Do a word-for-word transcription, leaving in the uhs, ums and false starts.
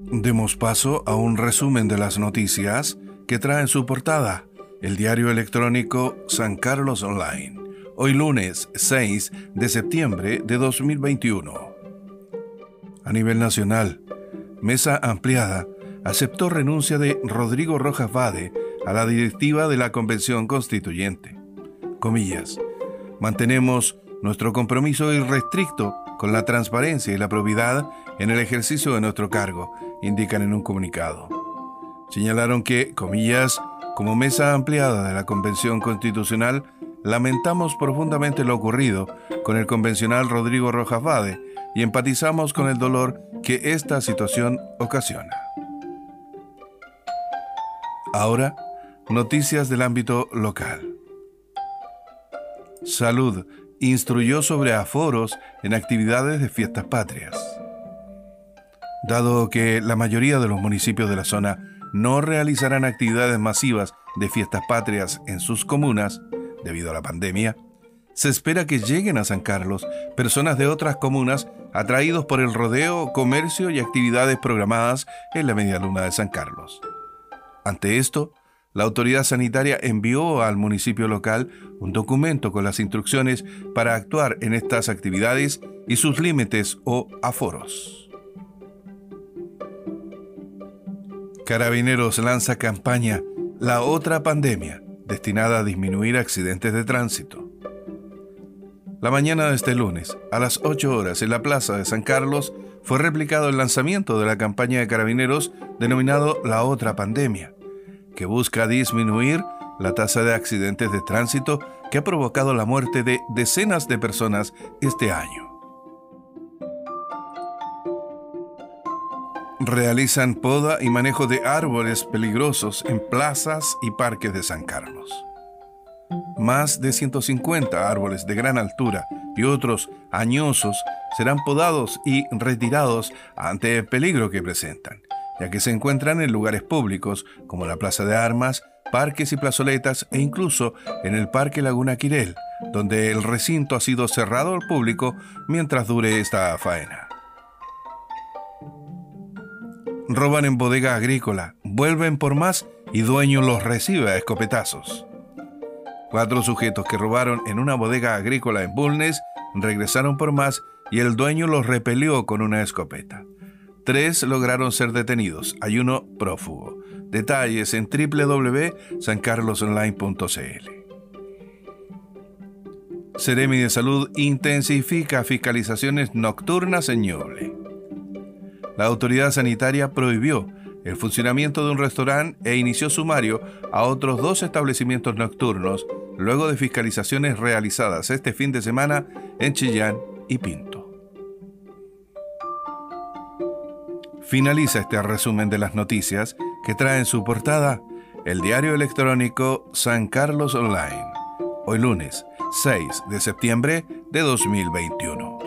Demos paso a un resumen de las noticias que trae en su portada el diario electrónico San Carlos Online, hoy lunes seis de septiembre de dos mil veintiuno. A nivel nacional, Mesa Ampliada aceptó renuncia de Rodrigo Rojas Vade a la directiva de la Convención Constituyente. Comillas, mantenemos nuestro compromiso irrestricto con la transparencia y la probidad en el ejercicio de nuestro cargo, indican en un comunicado. Señalaron que, comillas, como mesa ampliada de la Convención Constitucional, lamentamos profundamente lo ocurrido con el convencional Rodrigo Rojas Vade y empatizamos con el dolor que esta situación ocasiona. Ahora, noticias del ámbito local. Salud instruyó sobre aforos en actividades de fiestas patrias. Dado que la mayoría de los municipios de la zona no realizarán actividades masivas de fiestas patrias en sus comunas, debido a la pandemia, se espera que lleguen a San Carlos personas de otras comunas atraídos por el rodeo, comercio y actividades programadas en la media luna de San Carlos. Ante esto, la autoridad sanitaria envió al municipio local un documento con las instrucciones para actuar en estas actividades y sus límites o aforos. Carabineros lanza campaña La Otra Pandemia, destinada a disminuir accidentes de tránsito. La mañana de este lunes, a las ocho horas, en la plaza de San Carlos, fue replicado el lanzamiento de la campaña de Carabineros denominado La Otra Pandemia, que busca disminuir la tasa de accidentes de tránsito que ha provocado la muerte de decenas de personas este año. Realizan poda y manejo de árboles peligrosos en plazas y parques de San Carlos. Más de ciento cincuenta árboles de gran altura y otros añosos serán podados y retirados ante el peligro que presentan, ya que se encuentran en lugares públicos como la Plaza de Armas, parques y plazoletas e incluso en el Parque Laguna Quirel, donde el recinto ha sido cerrado al público mientras dure esta faena. Roban en bodega agrícola, vuelven por más y dueño los recibe a escopetazos. Cuatro sujetos que robaron en una bodega agrícola en Bulnes regresaron por más y el dueño los repelió con una escopeta. Tres lograron ser detenidos, hay uno prófugo. Detalles en doble u doble u doble u punto san carlos online punto c l. Seremi de Salud intensifica fiscalizaciones nocturnas en Ñuble. La autoridad sanitaria prohibió el funcionamiento de un restaurante e inició sumario a otros dos establecimientos nocturnos, luego de fiscalizaciones realizadas este fin de semana en Chillán y Pinto. Finaliza este resumen de las noticias que trae en su portada el diario electrónico San Carlos Online, hoy lunes seis de septiembre de dos mil veintiuno.